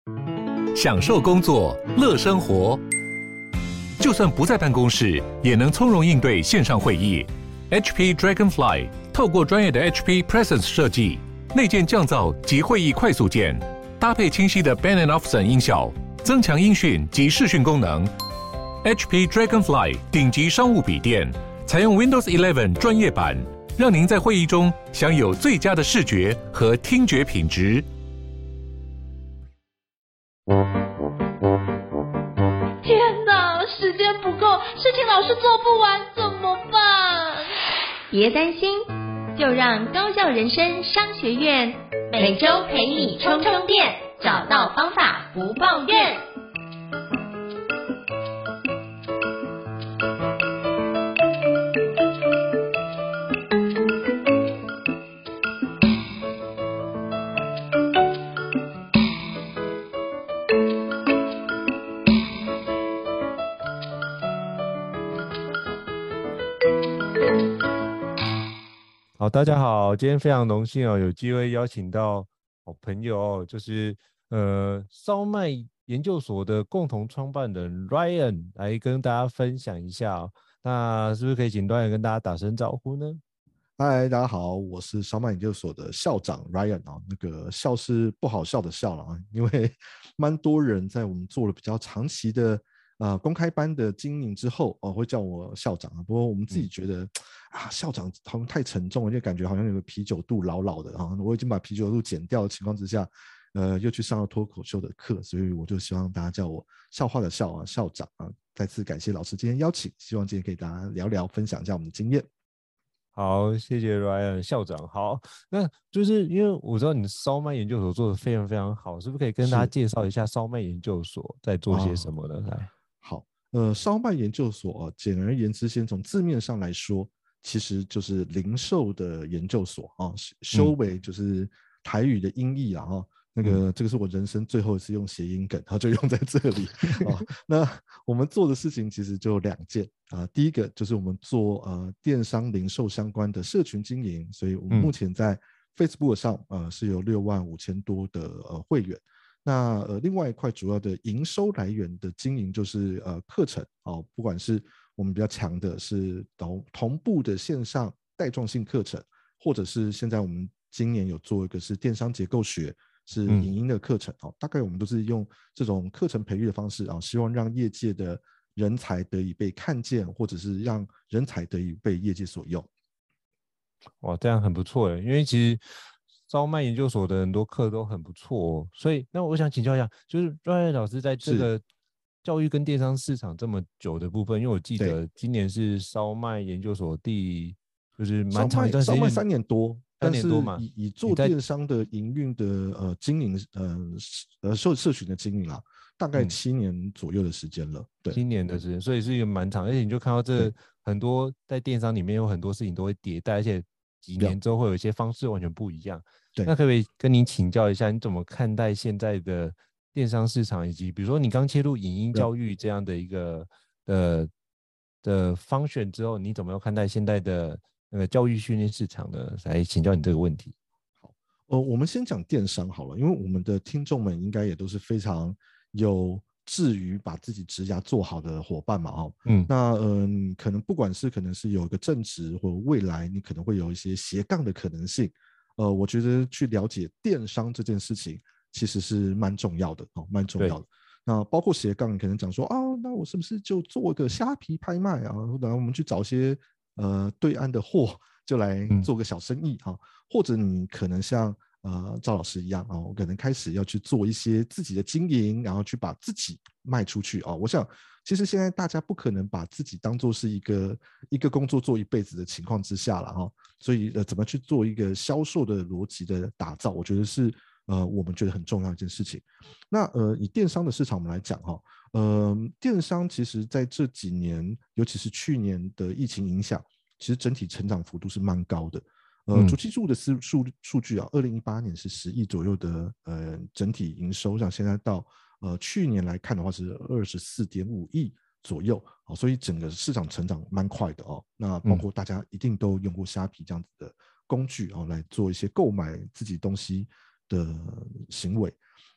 享受工作，乐生活。就算不在办公室，也能从容应对线上会议。HP Dragonfly 透过专业的 HP Presence 设计，内建降噪及会议快速键，搭配清晰的 Bang & Olufsen 音效，增强音讯及视讯功能。HP Dragonfly 顶级商务笔电，采用 Windows 11专业版，让您在会议中享有最佳的视觉和听觉品质。 天哪，时间不够，事情老是做不完，怎么办？ 别担心，就让高效人生商学院每周陪你充充电，找到方法不抱怨。 好，大家好，今天非常荣幸有机会邀请到好朋友就是烧麦研究所的共同创办人 Ryan 来跟大家分享一下那是不是可以请 Ryan 跟大家打声招呼呢？ 嗨，大家好，我是烧麦研究所的校长 Ryan 那个笑是不好笑的笑了因为蛮多人在我们做了比较长期的公开班的经营之后会叫我校长不过我们自己觉得校长好像太沉重了，就感觉好像有个啤酒肚老老的我已经把啤酒肚减掉的情况之下又去上了脱口秀的课，所以我就希望大家叫我笑话的笑校长再次感谢老师今天邀请，希望今天可以大家聊聊分享一下我们的经验。 好，谢谢 Ryan 校长。好，那就是因为我知道你烧麦研究所做的非常非常好，是不是可以跟大家介绍一下烧麦研究所在做些什么呢？来， 好，烧麦研究所简而言之，先从字面上来说，其实就是零售的研究所修为就是台语的音译啦那个这个是我人生最后一次用谐音梗，然后就用在这里那我们做的事情其实就两件第一个就是我们做电商零售相关的社群经营，所以我们目前在 Facebook 上是有65000多的会员。那另外一块主要的营收来源的经营就是课程不管是我们比较强的是同步的线上带状性课程，或者是现在我们今年有做一个是电商结构学，是影音的课程大概我们都是用这种课程培育的方式希望让业界的人才得以被看见，或者是让人才得以被业界所用。 哇，这样很不错耶，因为其实烧麦研究所的很多课都很不错所以那我想请教一下，就是 Ryan 老师在这个教育跟电商市场这么久的部分，因为我记得今年是烧麦研究所就是蛮长一段时间， 烧麦3年多，但是以做电商的营运的经营社群的经营大概7年左右的时间了。对 ，7年的时间，所以是一个蛮长，而且你就看到这很多在电商里面有很多事情都会迭代，而且几年之后会有一些方式完全不一样。 对， 那可不可以跟您请教一下，你怎么看待现在的电商市场，以及比如说你刚切入影音教育这样的一个的function之后，你怎么样看待现在的那个教育训练市场呢？来请教你这个问题。 好，我们先讲电商好了，因为我们的听众们应该也都是非常有志于把自己职涯做好的伙伴嘛那可能不管是可能是有一个正职，或未来你可能会有一些斜杠的可能性我觉得去了解电商这件事情其实是蛮重要的蛮重要的。那包括斜杠，你可能讲说那我是不是就做个虾皮拍卖然后我们去找些对岸的货就来做个小生意或者你可能像赵老师一样我可能开始要去做一些自己的经营，然后去把自己卖出去我想其实现在大家不可能把自己当作是一个工作做一辈子的情况之下了所以怎么去做一个销售的逻辑的打造，我觉得是我们觉得很重要的一件事情。那以电商的市场我们来讲电商其实在这几年，尤其是去年的疫情影响，其实整体成长幅度是蛮高的。主计处的数据2018年是10亿左右的整体营收，像现在到去年来看的话是24.5亿左右所以整个市场成长蛮快的那包括大家一定都用过虾皮这样子的工具来做一些购买自己东西的行为。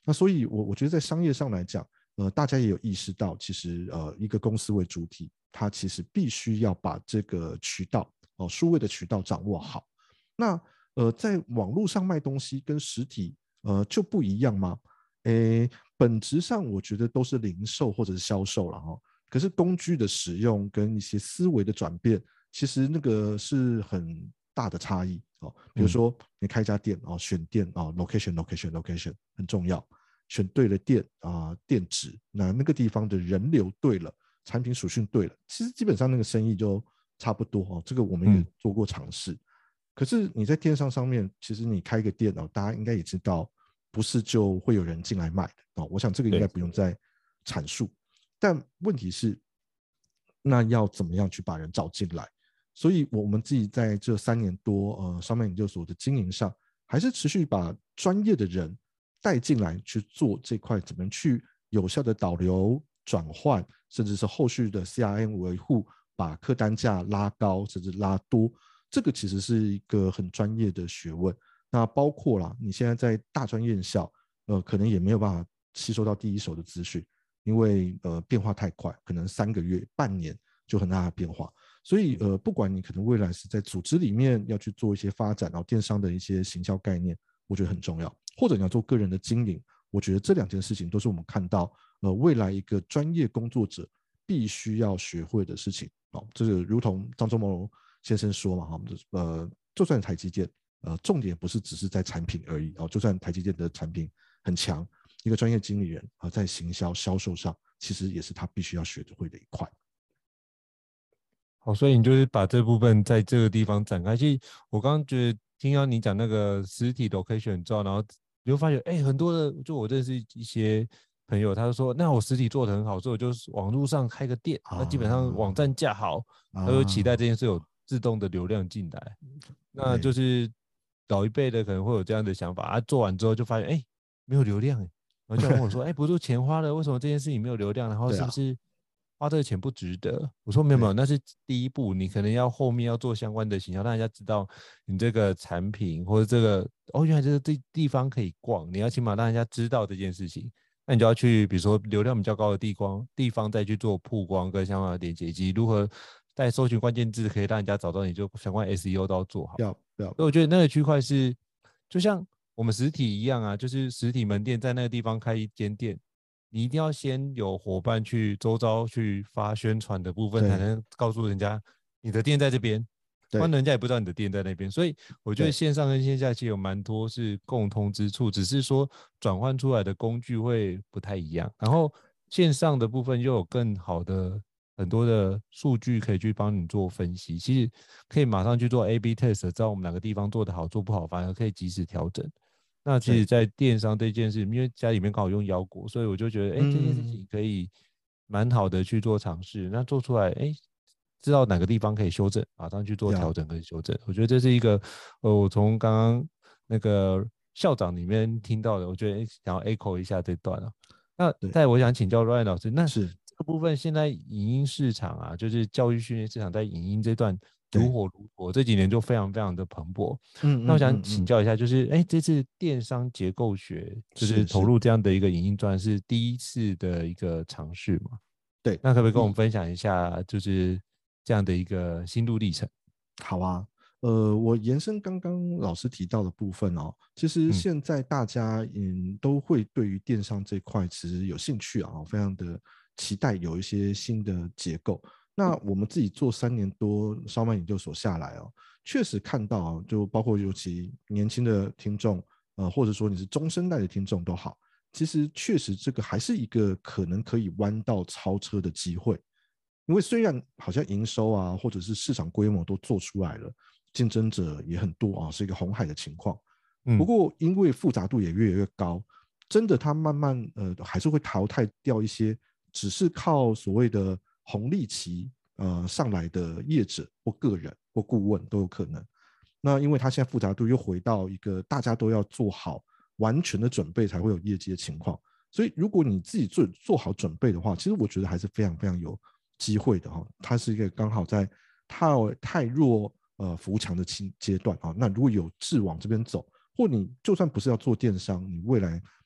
那所以我觉得在商业上来讲，大家也有意识到，其实一个公司为主体，它其实必须要把这个渠道数位的渠道掌握好。那在网络上卖东西跟实体就不一样吗？本质上我觉得都是零售或者是销售啦可是工具的使用跟一些思维的转变，其实那个是很大的差异比如说你开一家店选店location 很重要，选对了店店址，那个地方的人流对了，产品属性对了，其实基本上那个生意就差不多这个我们也做过尝试。可是你在电商上面，其实你开一个店大家应该也知道，不是就会有人进来买的我想这个应该不用再阐述。但问题是，那要怎么样去把人找进来？所以我们自己在这3年多商卖研究所的经营上，还是持续把专业的人带进来去做这块，怎么去有效的导流转换，甚至是后续的 CRM 维护，把客单价拉高甚至拉多，这个其实是一个很专业的学问。那包括啦，你现在在大专院校可能也没有办法吸收到第一手的资讯，因为变化太快，可能3个月半年就很大的变化。所以不管你可能未来是在组织里面要去做一些发展，然后电商的一些行销概念，我觉得很重要，或者你要做个人的经营，我觉得这2件事情都是我们看到未来一个专业工作者必须要学会的事情这个如同张忠谋先生说嘛就算台积电重点不是只是在产品而已就算台积电的产品很强，一个专业经理人在行销销售上，其实也是他必须要学会的一块。 好，所以你就是把这部分在这个地方展开。其实我刚刚觉得听到你讲那个实体 location 之后，然后你会发现很多的，就我认识一些朋友，他就说那我实体做得很好，所以我就网络上开个店那基本上网站架好他就期待这件事有自动的流量进来那就是老一辈的可能会有这样的想法做完之后就发现没有流量然后就问我说不是钱花了，为什么这件事情没有流量，然后是不是花这个钱不值得？我说没有，那是第一步，你可能要后面要做相关的行销，让人家知道你这个产品或者这个原来这个地方可以逛，你要起码让人家知道这件事情。那你就要去比如说流量比较高的地方再去做曝光跟相关的连结，以及如何在搜寻关键字可以让人家找到你，就相关 SEO 都要做好。所以我觉得那个区块是就像我们实体一样就是实体门店在那个地方开一间店，你一定要先有伙伴去周遭去发宣传的部分，才能告诉人家你的店在这边，不然人家也不知道你的店在那边。所以我觉得线上跟线下其实有蛮多是共通之处，只是说转换出来的工具会不太一样。然后线上的部分又有更好的很多的数据可以去帮你做分析，其实可以马上去做 A/B test， 知道我们哪个地方做得好做不好，反而可以及时调整。那其实在电商这件事，因为家里面刚好用腰果，所以我就觉得这件事情可以蛮好的去做尝试，那做出来知道哪个地方可以修正，马上去做调整跟修正。我觉得这是一个我从刚刚那个校长里面听到的，我觉得想要 echo 一下这段那再我想请教 Ryan 老师，那这个部分现在影音市场就是教育训练市场在影音这段如火如荼，这几年就非常非常的蓬勃。那我想请教一下，就是这次电商结构学就是投入这样的一个影音专是第一次的一个尝试嘛？ 对， 那可不可以跟我们分享一下，就是这样的一个心路历程？ 好啊，我延伸刚刚老师提到的部分其实现在大家都会对于电商这块其实有兴趣非常的期待有一些新的结构。那我们自己做3年多烧麦研究所下来确实看到就包括尤其年轻的听众或者说你是中生代的听众都好，其实确实这个还是一个可能可以弯道超车的机会。因为虽然好像营收或者是市场规模都做出来了，竞争者也很多是一个红海的情况。不过因为复杂度也越来越高，真的它慢慢还是会淘汰掉一些只是靠所谓的红利期上来的业者或个人或顾问都有可能。那因为它现在复杂度又回到一个大家都要做好完全的准备才会有业绩的情况，所以如果你自己做好准备的话，其实我觉得还是非常非常有机会的它是一个刚好在太弱扶强的阶段那如果有志往这边走，或你就算不是要做电商，你未来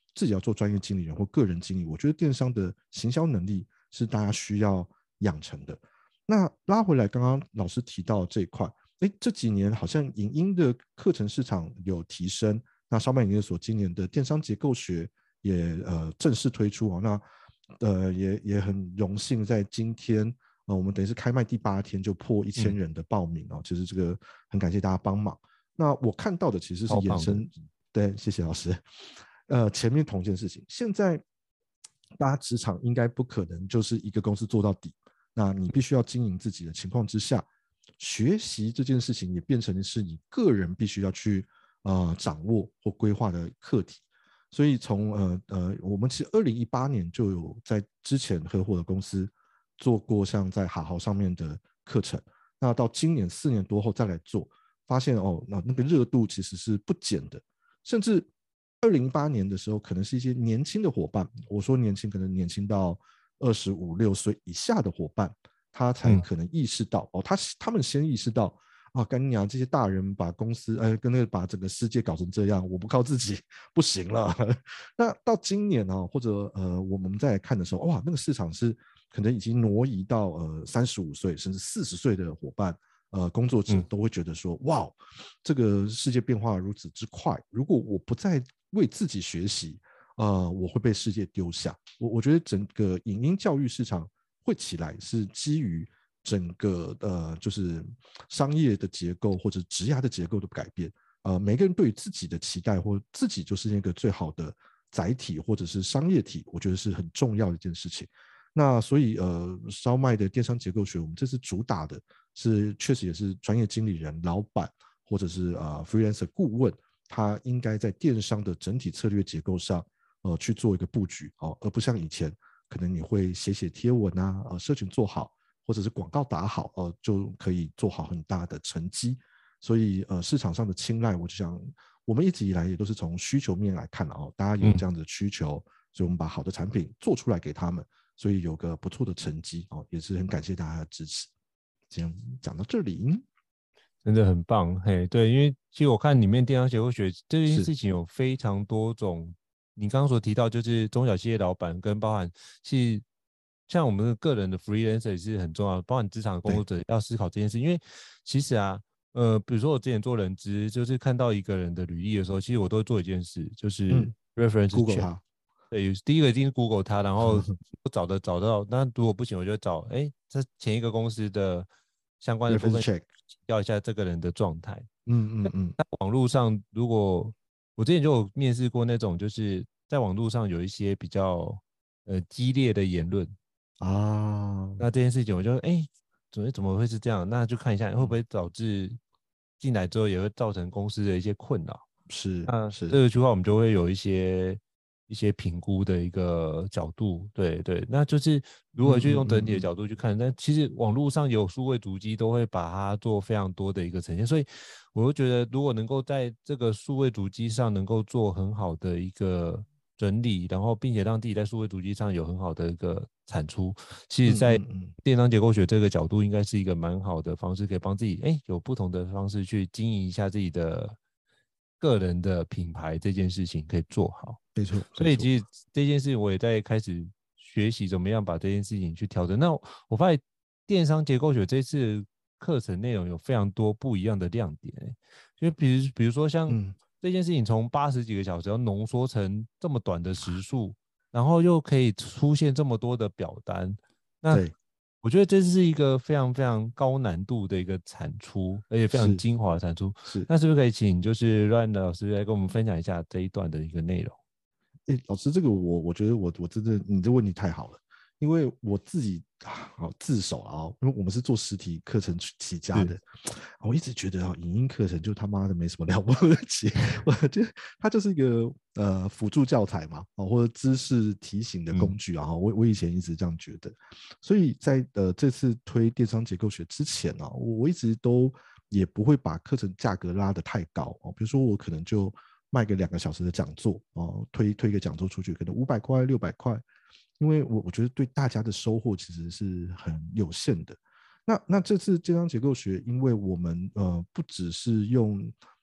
自己要做专业经理人或个人经理，我觉得电商的行销能力是大家需要养成的。那拉回来刚刚老师提到这一块，这几年好像影音的课程市场有提升，那烧麦研究所今年的电商结构学也正式推出哦，那也很荣幸在今天我们等于是开卖第8天就破1000人的报名哦，其实这个很感谢大家帮忙。那我看到的其实是衍生，对，谢谢老师。前面同一件事情，现在大家职场应该不可能就是一个公司做到底，那你必须要经营自己的情况之下，学习这件事情也变成是你个人必须要去掌握或规划的课题。所以从我们其实2018年就有在之前合伙的公司做过像在好好上面的课程，那到今年4年多后再来做，发现那个热度其实是不减的，甚至2018年的时候可能是一些年轻的伙伴，我说年轻可能年轻到25、6岁以下的伙伴，他才可能意识到他们先意识到干你娘，这些大人把公司把整个世界搞成这样，我不靠自己不行了。那到今年或者我们再来看的时候，哇，那个市场是可能已经挪移到35岁甚至40岁的伙伴，工作者都会觉得说，哇，这个世界变化如此之快，如果我不再为自己学习，我会被世界丢下。我觉得整个影音教育市场会起来，是基于整个就是商业的结构或者职涯的结构的改变。每个人对于自己的期待或自己就是那个最好的载体或者是商业体，我觉得是很重要的一件事情。那所以烧麦的电商结构学，我们这次主打的是确实也是专业经理人、老板或者是freelancer 顾问，他应该在电商的整体策略结构上去做一个布局，而不像以前可能你会写贴文社群做好或者是广告打好就可以做好很大的成绩。所以市场上的青睐，我就想我们一直以来也都是从需求面来看大家有这样的需求，所以我们把好的产品做出来给他们，所以有个不错的成绩也是很感谢大家的支持。这样讲到这里真的很棒。嘿，对，因为其实我看里面电商结构学这件事情有非常多种，你刚刚所提到就是中小企业老板跟包含是像我们的个人的 freelancer 也是很重要，包含职场工作者要思考这件事。因为其实比如说我之前做人资，就是看到一个人的履历的时候，其实我都会做一件事，就是 reference Google check。对，第一个一定是 Google 它，然后找到，那如果不行，我就找这前一个公司的相关的部分，要一下这个人的状态。在网络上，如果我之前就有面试过那种，就是在网络上有一些比较激烈的言论那这件事情我就怎么会是这样？那就看一下会不会导致进来之后也会造成公司的一些困扰。 是这个句话我们就会有一些评估的一个角度。对，那就是如何去用整体的角度去看。但其实网络上有数位足迹都会把它做非常多的一个呈现，所以我就觉得如果能够在这个数位足迹上能够做很好的一个整理，然后并且让自己在数位足迹上有很好的一个产出，其实在电商结构学这个角度应该是一个蛮好的方式，可以帮自己有不同的方式去经营一下自己的个人的品牌，这件事情可以做好。 没错， 所以其实这件事情我也在开始学习怎么样把这件事情去调整。那我发现电商结构学这次课程内容有非常多不一样的亮点，因为比如说像这件事情从80几个小时要浓缩成这么短的时数，然后又可以出现这么多的表单，那我觉得这是一个非常非常高难度的一个产出，而且非常精华的产出。那是不是可以请就是 Ryan 老师来跟我们分享一下这一段的一个内容？ 老师，这个我觉得我真的你这问题太好了，因为我自己自首了因为我们是做实体课程起家的，我一直觉得影音课程就他妈的没什么了不起，我觉得它就是一个辅助教材嘛，或者知识提醒的工具我以前一直这样觉得，所以在这次推电商结构学之前我一直都也不会把课程价格拉得太高比如说我可能就卖个2个小时的讲座推一个讲座出去，可能500块、600块，因为我觉得对大家的收获其实是很有限的。那这次电商结构学，因为我们不只是用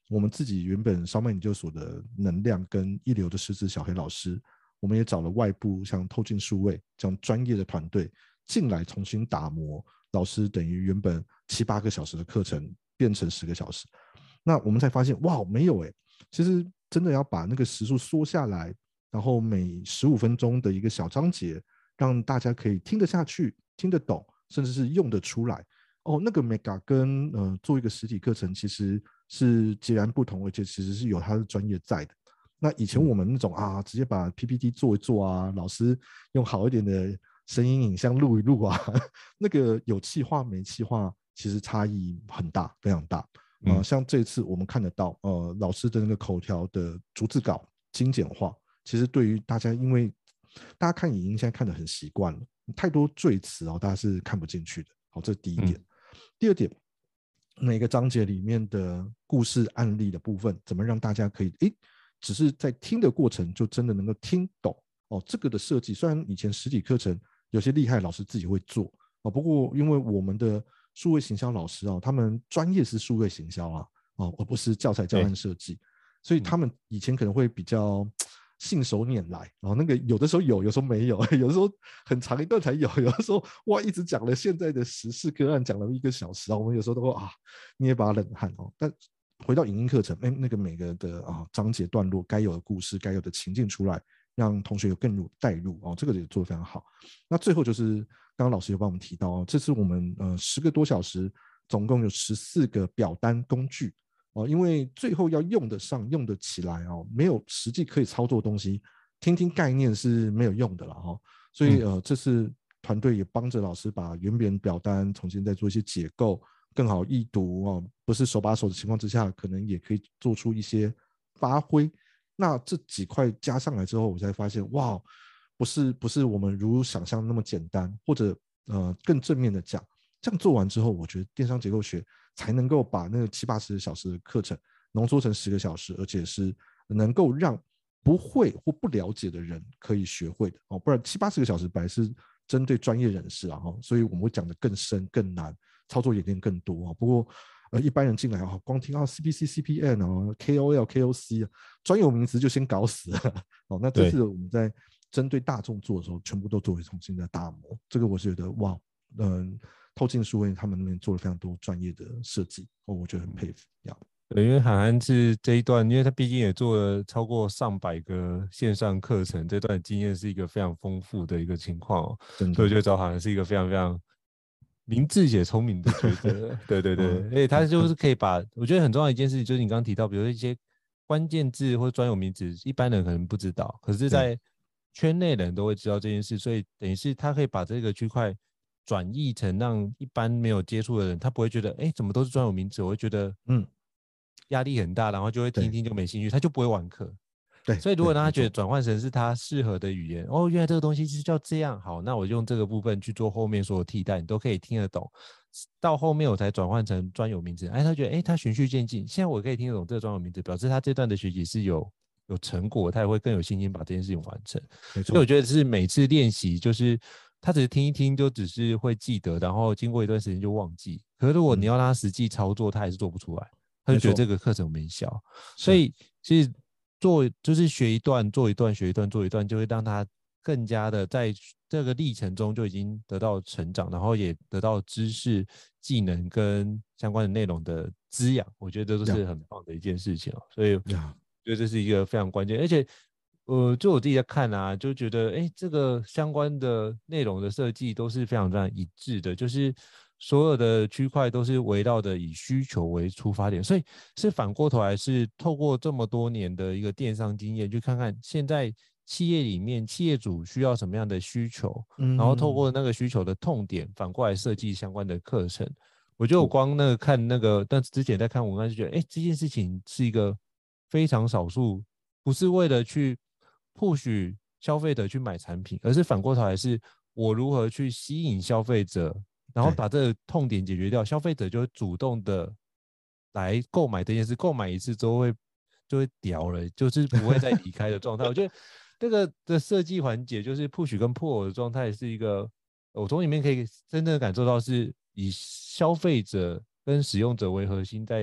我们自己原本烧麦研究所的能量跟一流的师资小黑老师，我们也找了外部像透镜数位这样专业的团队进来重新打磨老师等于原本7-8个小时的课程变成10个小时。那我们才发现，哇，没有其实真的要把那个时数缩下来，然后每15分钟的一个小章节，让大家可以听得下去、听得懂，甚至是用得出来。那个 mega 跟做一个实体课程其实是截然不同，而且其实是有它的专业在的。那以前我们那种直接把 PPT 做一做啊，老师用好一点的声音影像录一录啊，那个有企划没企划，其实差异很大，非常大。像这次我们看得到，老师的那个口条的逐字稿精简化，其实对于大家，因为大家看影音现在看得很习惯了，太多赘词大家是看不进去的。好，这是第一点。第二点，每个章节里面的故事案例的部分，怎么让大家可以只是在听的过程就真的能够听懂这个的设计。虽然以前实体课程有些厉害老师自己会做不过因为我们的数位行销老师他们专业是数位行销而不是教材教案设计，所以他们以前可能会比较信手拈来，然后那个有的时候有时候没有，有的时候很长一段才有的时候哇一直讲了现在的时事个案讲了1个小时我们有时候都会捏把冷汗但回到影音课程那个每个的章节段落该有的故事该有的情境出来，让同学有更入带入这个也做得非常好。那最后就是刚刚老师有帮我们提到这次我们10个多小时总共有14个表单工具因为最后要用得上用得起来没有实际可以操作的东西，听听概念是没有用的啦所以这次团队也帮着老师把原本表单重新再做一些解构，更好易读不是手把手的情况之下，可能也可以做出一些发挥。那这几块加上来之后，我才发现哇，不是我们如想象那么简单，或者更正面的讲，这样做完之后，我觉得电商结构学才能够把那个70-80小时的课程浓缩成10个小时，而且是能够让不会或不了解的人可以学会的不然70-80个小时本来是针对专业人士所以我们会讲得更深更难，操作演练更多不过一般人进来光听CPC、CPN KOL、KOC 专有名词就先搞死了那这次我们在针对大众做的时候，全部都做重新的打磨，这个我是觉得哇，透镜数位他们那边做了非常多专业的设计我觉得很佩服对，因为涵涵是这一段，因为他毕竟也做了超过上百个线上课程，这段经验是一个非常丰富的一个情况所以我觉得找涵涵是一个非常非常明智且聪明的角色对对对，而且他就是可以把我觉得很重要的一件事情，就是你刚刚提到，比如说一些关键字或专有名词，一般人可能不知道，可是在圈内人都会知道这件事，所以等于是他可以把这个区块转译成让一般没有接触的人，他不会觉得怎么都是专有名词，我会觉得压力很大，然后就会听一听就没兴趣，他就不会玩课。 对， 所以如果让他觉得转换成是他适合的语言原来这个东西是叫这样，好，那我用这个部分去做后面所有替代，你都可以听得懂，到后面我才转换成专有名词他觉得他循序渐进，现在我可以听得懂这个专有名词，表示他这段的学习是有成果，他也会更有信心把这件事情完成。所以我觉得是每次练习就是他只是听一听就只是会记得，然后经过一段时间就忘记，可是如果你要让他实际操作他还是做不出来，他就觉得这个课程没效。所以其实就是学一段做一段，学一段做一段，就会让他更加的在这个历程中就已经得到成长，然后也得到知识技能跟相关的内容的滋养，我觉得这都是很棒的一件事情所以我觉得这是一个非常关键，而且就我自己在看就觉得这个相关的内容的设计都是非常非常一致的，就是所有的区块都是围绕的以需求为出发点，所以是反过头来是透过这么多年的一个电商经验去看看现在企业里面企业主需要什么样的需求，然后透过那个需求的痛点反过来设计相关的课程。我觉得我光看那个，但之前在看文案就觉得这件事情是一个非常少数，不是为了去 push 消费者去买产品，而是反过头来是我如何去吸引消费者，然后把这个痛点解决掉，消费者就会主动的来购买这件事，购买一次之后就会屌了，就是不会再离开的状态。我觉得这个的设计环节就是 push 跟 pull 的状态是一个，我从里面可以真正感受到是以消费者跟使用者为核心在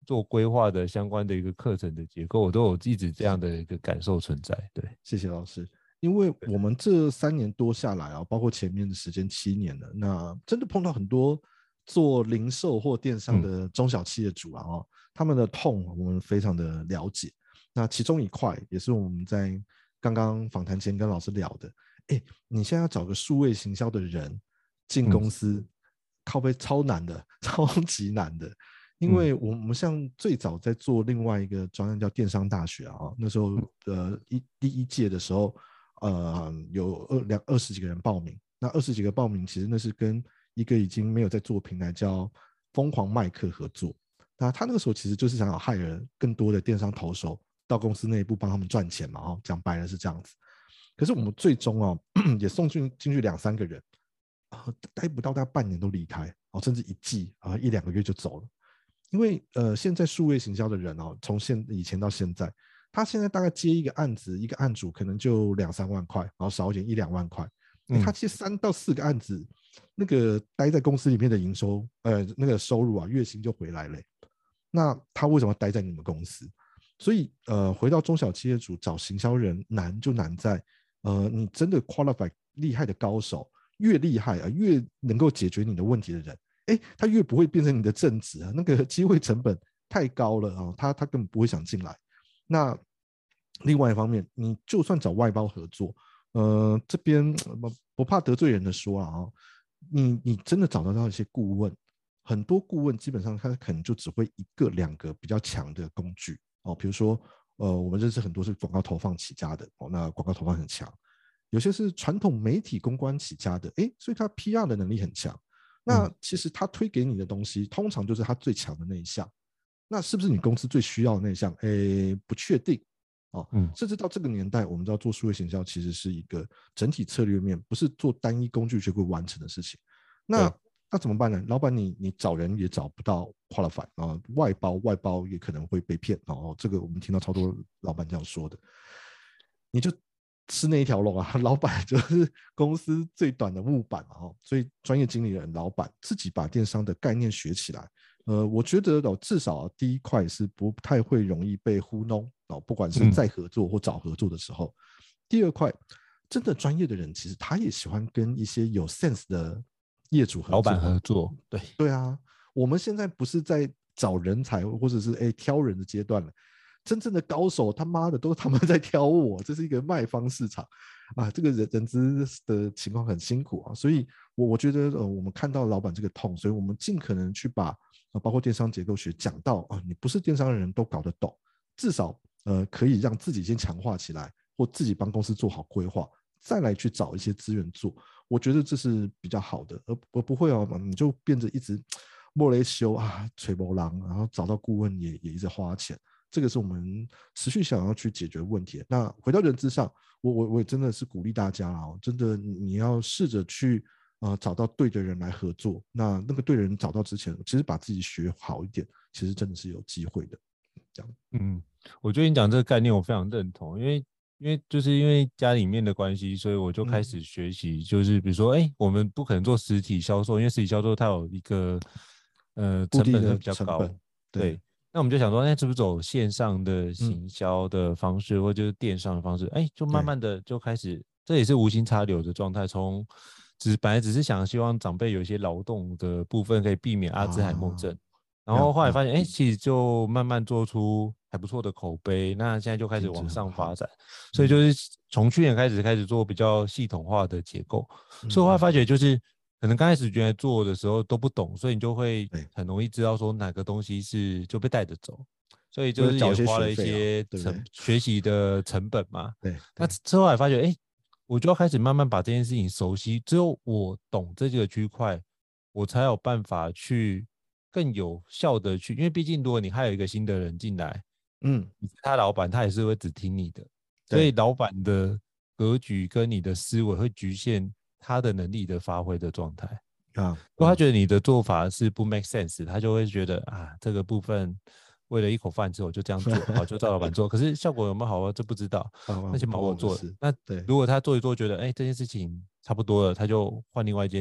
做规划的相关的一个课程的结构，我都有一直这样的一个感受存在。对， 谢谢老师。因为我们这3年多下来啊，包括前面的时间7年了，那真的碰到很多做零售或电商的中小企业主啊，他们的痛我们非常的了解。那其中一块也是我们在刚刚访谈前跟老师聊的，你现在要找个数位行销的人进公司，靠背超难的，超级难的。因为我们像最早在做另外一个专案叫电商大学啊，那时候第一届的时候，有20几个人报名。那20几个报名，其实那是跟一个已经没有在做平台叫疯狂麦克合作。那他那个时候其实就是想要hire更多的电商投手到公司内部帮他们赚钱嘛，讲白了是这样子。可是我们最终也送进去2-3个人，待不到大概半年都离开，甚至1季1-2个月就走了。因为现在数位行销的人从以前到现在，他现在大概接一个案子，一个案主可能就2-3万块，然后少一点1-2万块。他接3到4个案子，那个待在公司里面的营收，那个收入月薪就回来了。那他为什么要待在你们公司？所以回到中小企业主找行销人难就难在，你真的 qualify 厉害的高手，越厉害越能够解决你的问题的人，他越不会变成你的正职那个机会成本太高了他根本不会想进来。那另外一方面，你就算找外包合作，这边不怕得罪人的说你真的找得到一些顾问，很多顾问基本上他可能就只会1个2个比较强的工具比如说我们认识很多是广告投放起家的那广告投放很强，有些是传统媒体公关起家的所以他 PR 的能力很强。那其实他推给你的东西通常就是他最强的那一项，那是不是你公司最需要的那一项不确定甚至到这个年代，我们知道做数位行销其实是一个整体策略面，不是做单一工具就会完成的事情。那怎么办呢？老板你找人也找不到 qualify 外包也可能会被骗这个我们听到超多老板这样说的。你就吃那一条龙老板就是公司最短的木板所以专业经理人老板自己把电商的概念学起来，我觉得至少第一块是不太会容易被糊弄不管是在合作或找合作的时候。第二块，真的专业的人其实他也喜欢跟一些有 sense 的业主合作， 老板合作。 对啊，我们现在不是在找人才或者是挑人的阶段了，真正的高手他妈的都是他们在挑我，这是一个卖方市场这个人资的情况很辛苦所以我觉得我们看到老板这个痛，所以我们尽可能去把包括电商结构学讲到你不是电商的人都搞得懂，至少可以让自己先强化起来，或自己帮公司做好规划，再来去找一些资源做，我觉得这是比较好的，而不会你就变着一直莫雷修吹波浪，然后找到顾问也一直花钱，这个是我们持续想要去解决问题。那回到人资上，我也真的是鼓励大家真的你要试着去找到对的人来合作。那个对的人找到之前，其实把自己学好一点，其实真的是有机会的。这样， 我觉得你讲这个概念我非常认同，因为家里面的关系，所以我就开始学习，就是比如说我们不可能做实体销售，因为实体销售它有一个成本是比较高，对。那我们就想说是不是走线上的行销的方式，或就是电商的方式，就慢慢的就开始，这也是无心插柳的状态，本来只是希望长辈有一些劳动的部分可以避免阿兹海默症，然后后来发现其实就慢慢做出还不错的口碑，那现在就开始往上发展，所以就是从去年开始做比较系统化的结构，所以后来发觉就是可能刚开始原来做的时候都不懂，所以你就会很容易知道说哪个东西就被带着走，所以就是也花了一些学习的成本嘛。对，那之后还发觉我就要开始慢慢把这件事情熟悉，只有我懂这个区块，我才有办法去更有效的去，因为毕竟如果你还有一个新的人进来，你是他老板，他也是会只听你的，所以老板的格局跟你的思维会局限他的能力的发挥的状态如果他觉得你的做法是不 make sense， 他就会觉得这个部分为了一口饭吃我就这样做好，就照老板做，可是效果有没有好这不知道，那先把我做了。那如果他做一做觉得这件事情差不多了，他就换另外一间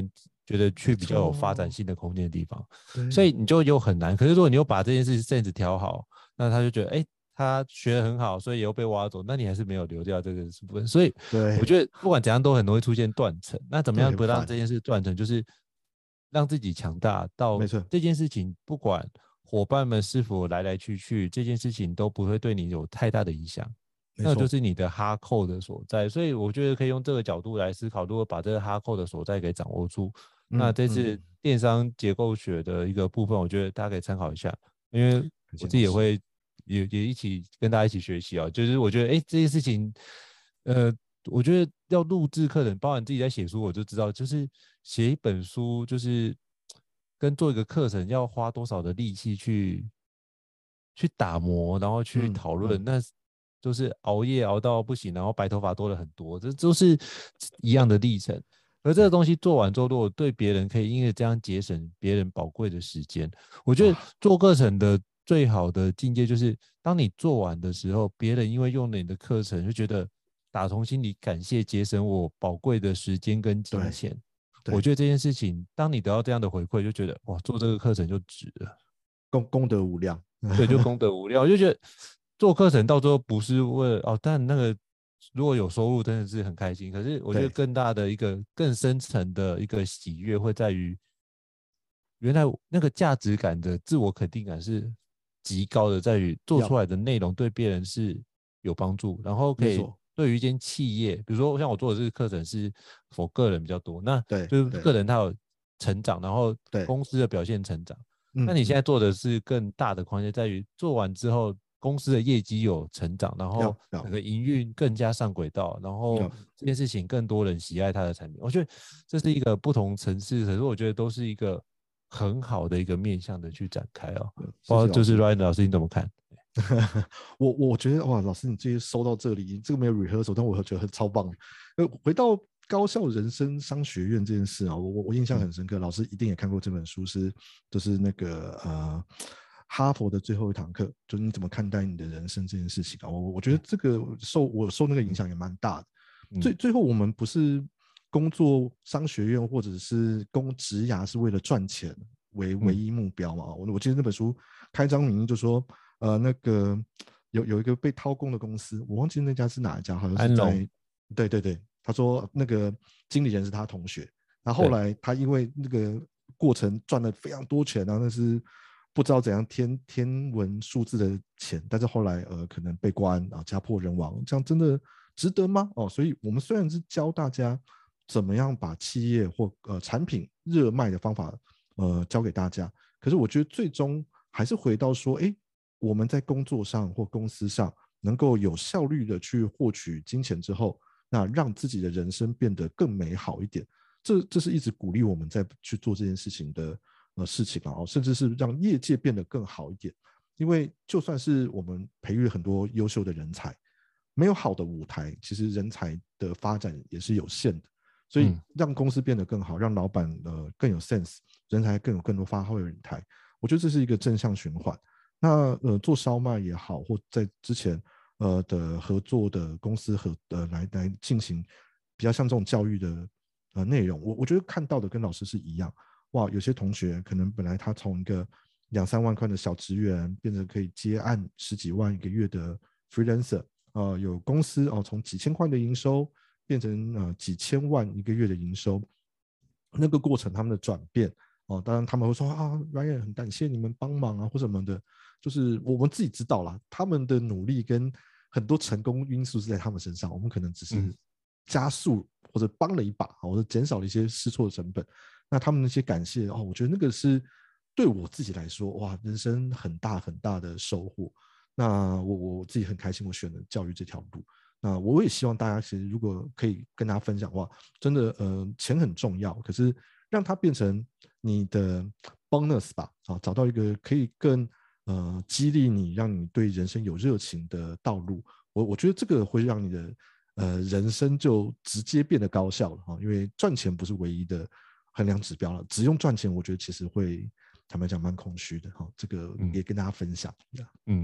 觉得去比较有发展性的空间的地方，所以你就又很难。可是如果你又把这件事情调好，那他就觉得，他学得很好，所以又被挖走，那你还是没有留掉这个部分。所以我觉得不管怎样都很容易出现断层。那怎么样不让这件事断层，就是让自己强大到这件事情，不管伙伴们是否来来去去，这件事情都不会对你有太大的影响。那就是你的哈扣的所在，所以我觉得可以用这个角度来思考，如果把这个哈扣的所在给掌握住，那这次电商结构学的一个部分，我觉得大家可以参考一下，因为我自己也会也一起跟大家一起学习啊。就是我觉得这些事情，我觉得要录制课程，包含自己在写书，我就知道，就是写一本书，就是跟做一个课程要花多少的力气去打磨，然后去讨论，那就是熬夜熬到不行，然后白头发多了很多，这都是一样的历程。而这个东西做完之后，如果对别人可以因为这样节省别人宝贵的时间，我觉得做课程的最好的境界就是，当你做完的时候，别人因为用了你的课程，就觉得打从心里感谢节省我宝贵的时间跟金钱。我觉得这件事情，当你得到这样的回馈，就觉得哇，做这个课程就值了， 功德无量。 对，就功德无量。我就觉得做课程到最后不是为了但那个如果有收入真的是很开心。可是我觉得更大的一个更深层的一个喜悦会在于，原来那个价值感的自我肯定感是极高的，在于做出来的内容对别人是有帮助，然后可以对于一间企业，比如说像我做的这个课程是否个人比较多，那就是个人他有成长，然后公司的表现成长。那你现在做的是更大的框架，在于做完之后公司的业绩有成长，然后整个营运更加上轨道，然后这件事情更多人喜爱它的产品。我觉得这是一个不同层次，可是我觉得都是一个很好的一个面向的去展开哦。不知道就是 Ryan 老师你怎么看？ 我觉得哇，老师你直接收到这里，这个没有 rehearsal， 但我觉得超棒。回到高效人生商学院这件事啊，我印象很深刻，老师一定也看过这本书，就是那个哈佛的最后一堂课，就是你怎么看待你的人生这件事情啊。我觉得这个我受那个影响也蛮大的。最后我们不是工作商学院或者是职涯是为了赚钱为唯一目标嘛。我记得那本书开宗明义就说，那个有一个被掏空的公司，我忘记那家是哪一家，好像是在对，他说那个经理人是他同学，然后后来他因为那个过程赚了非常多钱啊，那是不知道怎样天文数字的钱，但是后来可能被关啊，家破人亡，这样真的值得吗？所以我们虽然是教大家怎么样把企业或产品热卖的方法教给大家，可是我觉得最终还是回到说，我们在工作上或公司上能够有效率的去获取金钱之后，那让自己的人生变得更美好一点，这是一直鼓励我们在去做这件事情的事情啊，甚至是让业界变得更好一点。因为就算是我们培育很多优秀的人才，没有好的舞台，其实人才的发展也是有限的。所以让公司变得更好，让老板更有 sense， 人才更有更多发挥的人才，我觉得这是一个正向循环。那做烧麦也好，或在之前的合作的公司来进行比较像这种教育的内容，我觉得看到的跟老师是一样。哇，有些同学可能本来他从一个2-3万块的小职员变成可以接案10几万一个月的 freelancer，有公司从几千块的营收变成几千万一个月的营收，那个过程他们的转变当然他们会说Ryan 很感谢你们帮忙啊或什么的，就是我们自己知道啦，他们的努力跟很多成功因素是在他们身上，我们可能只是加速或者帮了一把，或者减少了一些试错的成本。那他们那些感谢我觉得那个是对我自己来说，哇，人生很大很大的收获。那我自己很开心，我选了教育这条路。那我也希望大家其实如果可以跟大家分享，哇，真的钱很重要，可是让它变成你的 bonus 吧，找到一个可以更激励你，让你对人生有热情的道路。我觉得这个会让你的人生就直接变得高效了因为赚钱不是唯一的衡量指标了，只用赚钱，我觉得其实会坦白讲蛮空虚的这个也跟大家分享。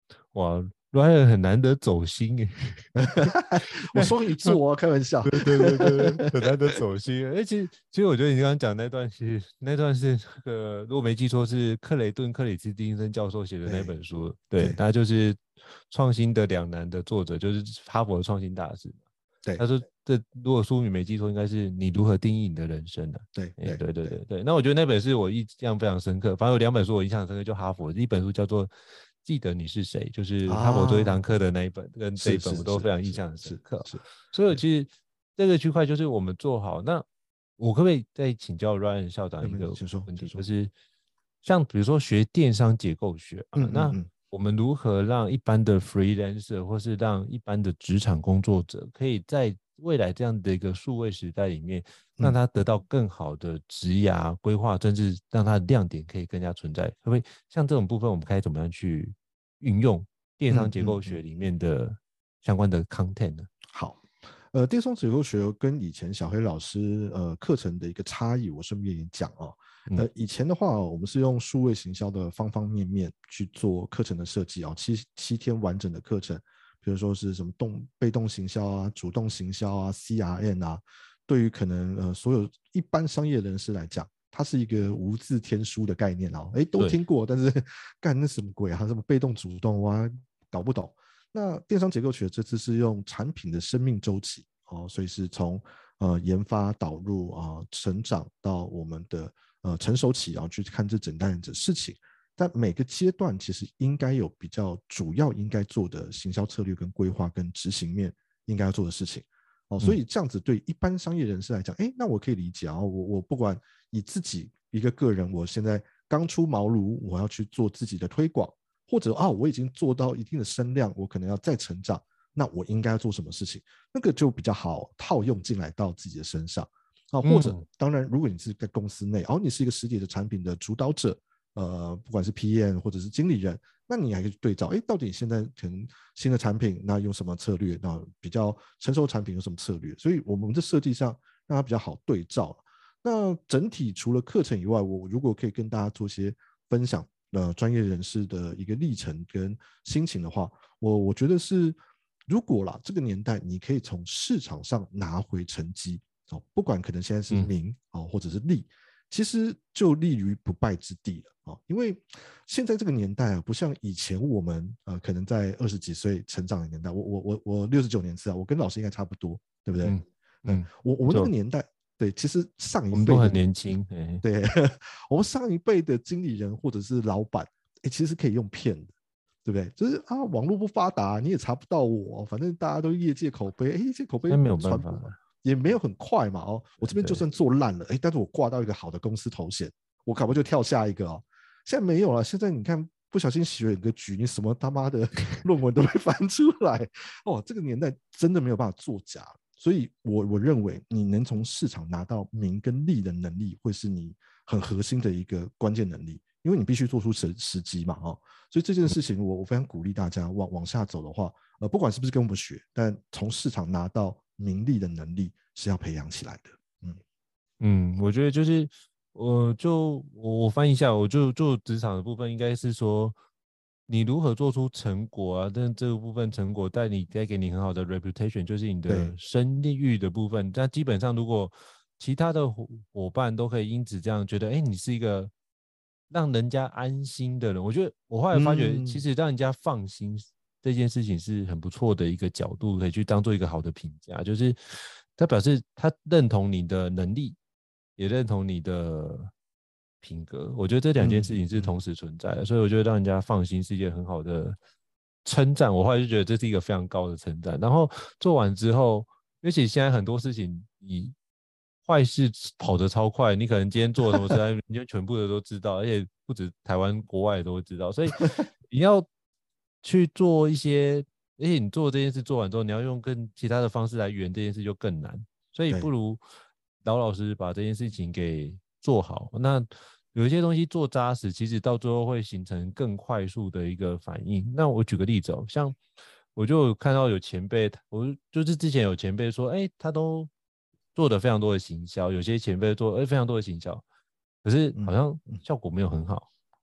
哇，Ryan 很难得走心耶。 我双鱼座啊，开玩笑。 对，很难得走心。其实我觉得你刚刚讲那段是那个，如果没记错是克雷顿·克里斯汀森教授写的那本书。对，他就是创新的两难的作者，就是哈佛的创新大师。 对， 他说如果书名没记错，应该是你如何定义你的人生呢？对。那我觉得那本是我印象非常深刻。反正有2本书我印象深刻，就哈佛一本书叫做记得你是谁，就是哈佛做一堂课的那一本，跟这一本我都非常印象很深刻。所以其实这个区块就是我们做好。那我可不可以再请教 Ryan 校长一个问题，就是像比如说学电商结构学那我们如何让一般的 freelancer 或是让一般的职场工作者可以在未来这样的一个数位时代里面，让他得到更好的职涯规划，甚至让他的亮点可以更加存在？可不可以像这种部分，我们该怎么样去运用电商结构学里面的相关的 content 呢？ 好，电商结构学跟以前小黑老师课程的一个差异，我顺便也讲哦。以前的话，我们是用数位行销的方方面面去做课程的设计7天完整的课程，比如说是什么被动行销啊、主动行销啊、CRM 啊，对于可能所有一般商业人士来讲，它是一个无字天书的概念都听过，但是干那什么鬼啊？什么被动主动啊，搞不懂。那电商结构学这次是用产品的生命周期所以是从研发导入成长到我们的成熟期去看这整单的事情。但每个阶段其实应该有比较主要应该做的行销策略跟规划跟执行面应该要做的事情所以这样子对一般商业人士来讲，那我可以理解我不管以自己一个个人，我现在刚出茅庐，我要去做自己的推广，或者我已经做到一定的声量，我可能要再成长，那我应该要做什么事情？那个就比较好套用进来到自己的身上或者当然，如果你是在公司内，你是一个实体的产品的主导者，不管是 PM 或者是经理人，那你还可以对照，到底现在可能新的产品那用什么策略，那比较成熟的产品有什么策略？所以我们在设计上让它比较好对照。那整体除了课程以外，我如果可以跟大家做些分享，专业人士的一个历程跟心情的话，我觉得是，如果啦这个年代你可以从市场上拿回成绩不管可能现在是名或者是利，其实就立于不败之地了因为现在这个年代不像以前我们可能在20几岁成长的年代，我69年次我跟老师应该差不多，对不对？我们那个年代。对，其实上一辈我们都很年轻， 对，我们上一辈的经理人或者是老板，其实可以用骗的，对不对？就是网络不发达，你也查不到我，反正大家都业界口碑，这口碑没有办法， 也没有很快嘛我这边就算做烂了，但是我挂到一个好的公司头衔，我搞不好就跳下一个现在没有了，现在你看不小心选个局，你什么他妈的论文都会翻出来这个年代真的没有办法作假。所以我认为你能从市场拿到名跟利的能力，会是你很核心的一个关键能力，因为你必须做出时机嘛所以这件事情我非常鼓励大家往下走的话，不管是不是跟我们学，但从市场拿到名利的能力是要培养起来的。 我觉得就是我翻译一下，我就职场的部分应该是说，你如何做出成果但这个部分成果带给你很好的 reputation， 就是你的声誉的部分。但基本上如果其他的伙伴都可以因此这样觉得你是一个让人家安心的人，我觉得我后来发觉其实让人家放心这件事情是很不错的一个角度，可以去当做一个好的评价，就是他表示他认同你的能力，也认同你的品格。我觉得这2件事情是同时存在的，所以我觉得让人家放心是一件很好的称赞。我后来就觉得这是一个非常高的称赞。然后做完之后，尤其现在很多事情你坏事跑得超快，你可能今天做了什么事你就全部的都知道，而且不止台湾国外都会知道，所以你要去做一些，而且你做这件事做完之后，你要用更其他的方式来圆这件事就更难，所以不如老实把这件事情给做好。那有一些东西做扎实，其实到最后会形成更快速的一个反应。那我举个例子像我就看到有前辈，我就是之前有前辈说他都做的非常多的行销，有些前辈做非常多的行销，可是好像效果没有很好。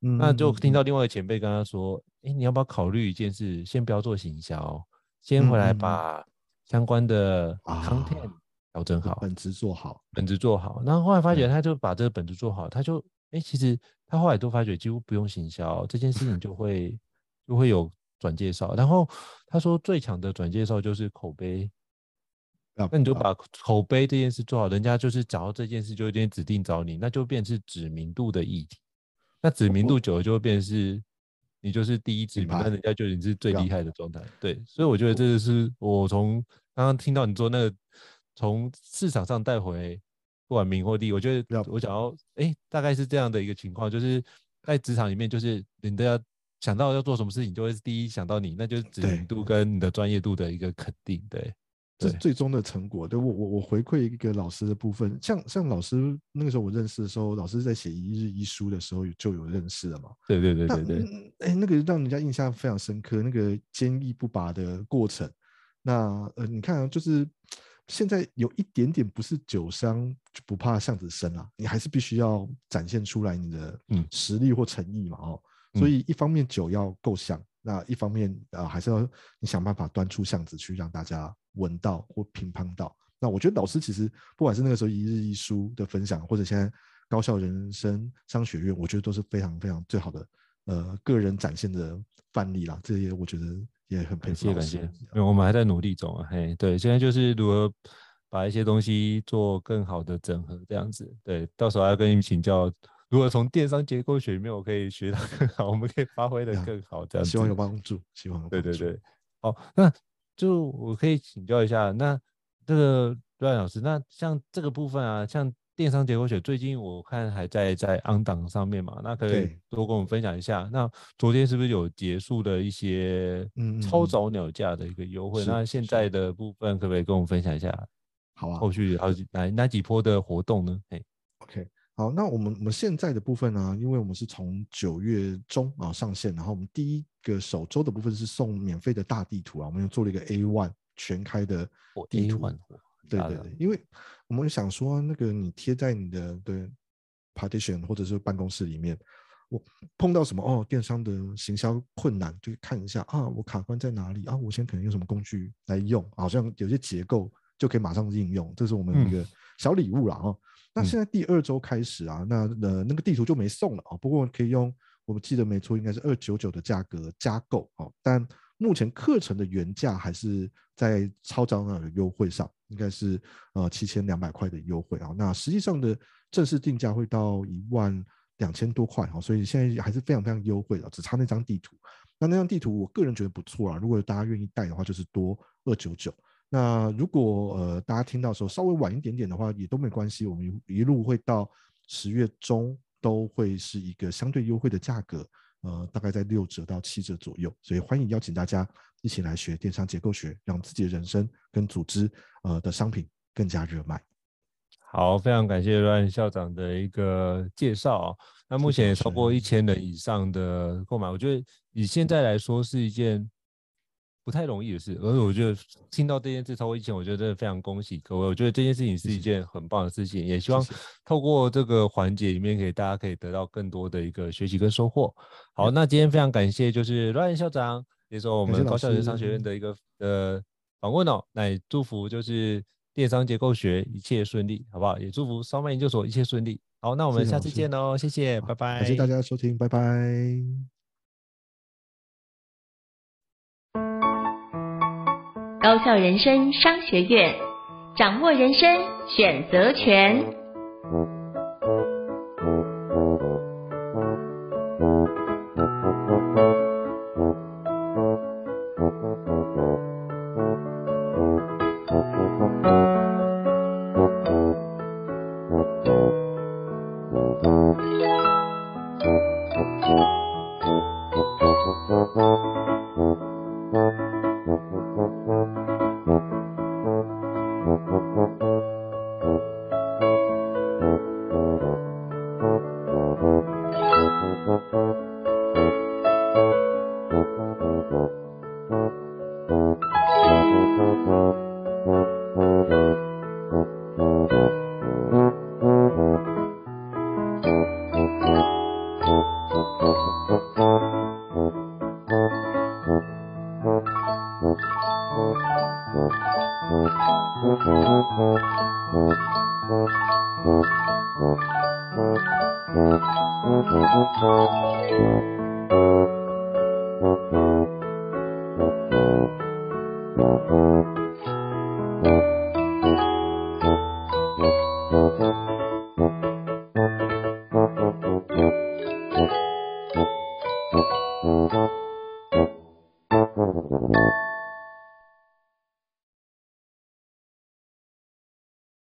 那就听到另外一个前辈跟他说，你要不要考虑一件事，先不要做行销，先回来把相关的 content 调整好， 本质做好， 然后后来发觉他就把这个本质做好，他就其实他后来都发觉几乎不用行销这件事情就会有转介绍，然后他说最强的转介绍就是口碑。那你就把口碑这件事做好，人家就是找到这件事就有点指定找你，那就变成是知名度的议题。那知名度久了就会变成是你就是第一知名，那人家就已经是最厉害的状态。对，所以我觉得这就是我从刚刚听到你说那个从市场上带回不管名或利，我觉得我想要大概是这样的一个情况，就是在职场里面，就是你都要想到要做什么事情，就会是第一想到你，那就是知名度跟你的专业度的一个肯定。对。 这是最终的成果。对，我回馈一个老师的部分，像老师那个时候我认识的时候，老师在写一日一书的时候就有认识了嘛。 对。 那个让人家印象非常深刻，那个坚毅不拔的过程。那你看啊，就是现在有一点点不是酒香就不怕巷子深啊，你还是必须要展现出来你的实力或诚意嘛。所以一方面酒要够香，那一方面还是要你想办法端出巷子去让大家闻到或评判到。那我觉得老师其实不管是那个时候一日一书的分享，或者现在高效人生商学院，我觉得都是非常非常最好的个人展现的范例啦。这些我觉得也很佩服老师。 感谢，因为我们还在努力中啊。对，现在就是如何把一些东西做更好的整合，这样子。对，到时候要跟你们请教，如何从电商结构学里面我可以学到更好，我们可以发挥的更好，这样子。 希望有帮助，希望有帮助。 对。好，那就我可以请教一下，那这个Ryan老师，那像这个部分啊，像电商结构学，最近我看还在on档上面嘛，那可以多跟我们分享一下。那昨天是不是有结束的一些超早鸟价的一个优惠？那现在的部分可不可以跟我们分享一下？ 好啊， 后续哪几波的活动呢 ？OK。好，那我们现在的部分呢，因为我们是从9月中上线，然后我们第一个首周的部分是送免费的大地图啊，我们又做了一个 A1 全开的地图。对，因为我们想说那个你贴在你的partition 或者是办公室里面，我碰到什么电商的行销困难，就看一下我卡关在哪里啊，我现在可能用什么工具来用，好像有些结构就可以马上应用，这是我们一个小礼物啦那现在第2周开始啊，那个地图就没送了不过可以用我们记得没错应该是299的价格加购但目前课程的原价还是在超早鸟的优惠上，应该是7200块的优惠那实际上的正式定价会到12000多块所以现在还是非常非常优惠的，只差那张地图。那张地图我个人觉得不错如果大家愿意带的话，就是多299。那如果大家听到的时候稍微晚一点点的话也都没关系，我们一路会到10月中都会是一个相对优惠的价格，大概在6折到7折左右，所以欢迎邀请大家一起来学电商结构学，让自己的人生跟组织的商品更加热卖。 好，非常感谢Ryan校长的一个介绍那目前也超过1000人以上的购买，我觉得以现在来说是一件不太容易的事，而我觉得听到这件事超过1000，我觉得真的非常恭喜各位。我觉得这件事情是一件很棒的事情，也希望透过这个环节里面，大家可以得到更多的一个学习跟收获。好，那今天非常感谢就是Ryan校长接受我们高效人商学院的一个访问那也祝福就是电商结构学一切顺利，好不好？也祝福烧麦研究所一切顺利。好，那我们下次见喽，谢谢，拜拜。 感谢大家的收听，拜拜。 高效人生商学院，掌握人生选择权。